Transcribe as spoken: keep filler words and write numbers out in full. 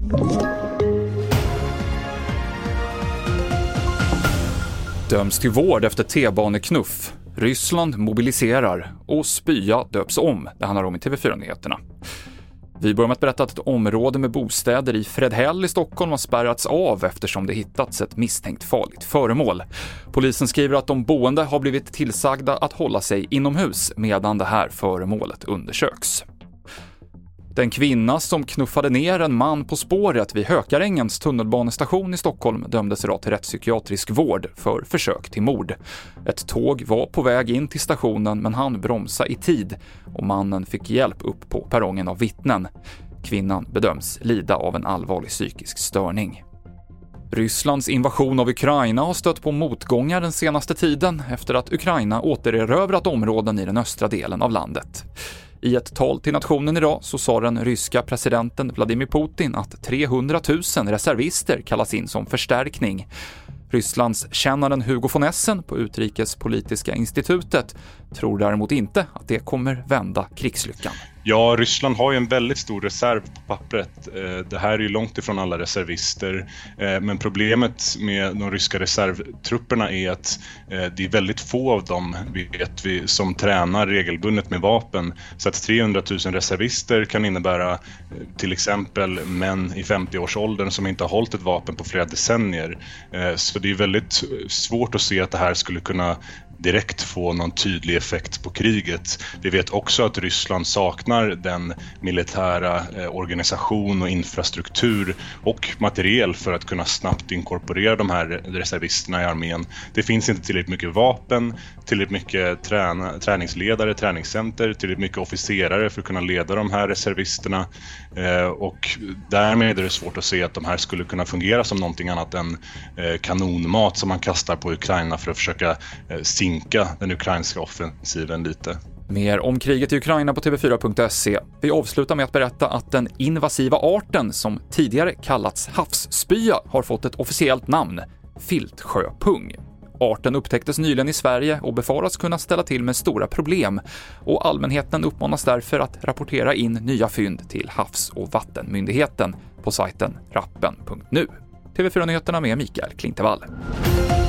Döms till vård efter T-baneknuff. Ryssland mobiliserar och spya döps om. Det handlar om i T V fyra-nyheterna. Vi börjar med att berätta att ett område med bostäder i Fredhäll i Stockholm har spärrats av eftersom det hittats ett misstänkt farligt föremål. Polisen skriver att de boende har blivit tillsagda att hålla sig inomhus medan det här föremålet undersöks. Den kvinna som knuffade ner en man på spåret vid Hökarängens tunnelbanestation i Stockholm dömdes idag till rättspsykiatrisk vård för försök till mord. Ett tåg var på väg in till stationen men han bromsade i tid och mannen fick hjälp upp på perrongen av vittnen. Kvinnan bedöms lida av en allvarlig psykisk störning. Rysslands invasion av Ukraina har stött på motgångar den senaste tiden efter att Ukraina återerövrat områden i den östra delen av landet. I ett tal till nationen idag så sa den ryska presidenten Vladimir Putin att trehundratusen reservister kallas in som förstärkning. Rysslands kännaren Hugo von Essen på Utrikespolitiska institutet tror däremot inte att det kommer vända krigslyckan. Ja, Ryssland har ju en väldigt stor reserv på pappret. Det här är ju långt ifrån alla reservister. Men problemet med de ryska reservtrupperna är att det är väldigt få av dem, vet vi, som tränar regelbundet med vapen. Så att trehundratusen reservister kan innebära till exempel män i femtio-årsåldern som inte har hållit ett vapen på flera decennier. Så det är väldigt svårt att se att det här skulle kunna direkt få någon tydlig effekt på kriget. Vi vet också att Ryssland saknar den militära eh, organisation och infrastruktur och materiel för att kunna snabbt inkorporera de här reservisterna i armén. Det finns inte tillräckligt mycket vapen, tillräckligt mycket träna, träningsledare, träningscenter, tillräckligt mycket officerare för att kunna leda de här reservisterna eh, och därmed är det svårt att se att de här skulle kunna fungera som någonting annat än eh, kanonmat som man kastar på Ukraina för att försöka eh, sinka den ukrainska offensiven lite. Mer om kriget i Ukraina på T V fyra punkt se. Vi avslutar med att berätta att den invasiva arten som tidigare kallats havsspya har fått ett officiellt namn, filtsjöpung. Arten upptäcktes nyligen i Sverige och befaras kunna ställa till med stora problem och allmänheten uppmanas därför att rapportera in nya fynd till Havs- och vattenmyndigheten på sajten rappen punkt nu. T V fyra-nyheterna med Mikael Klintevall.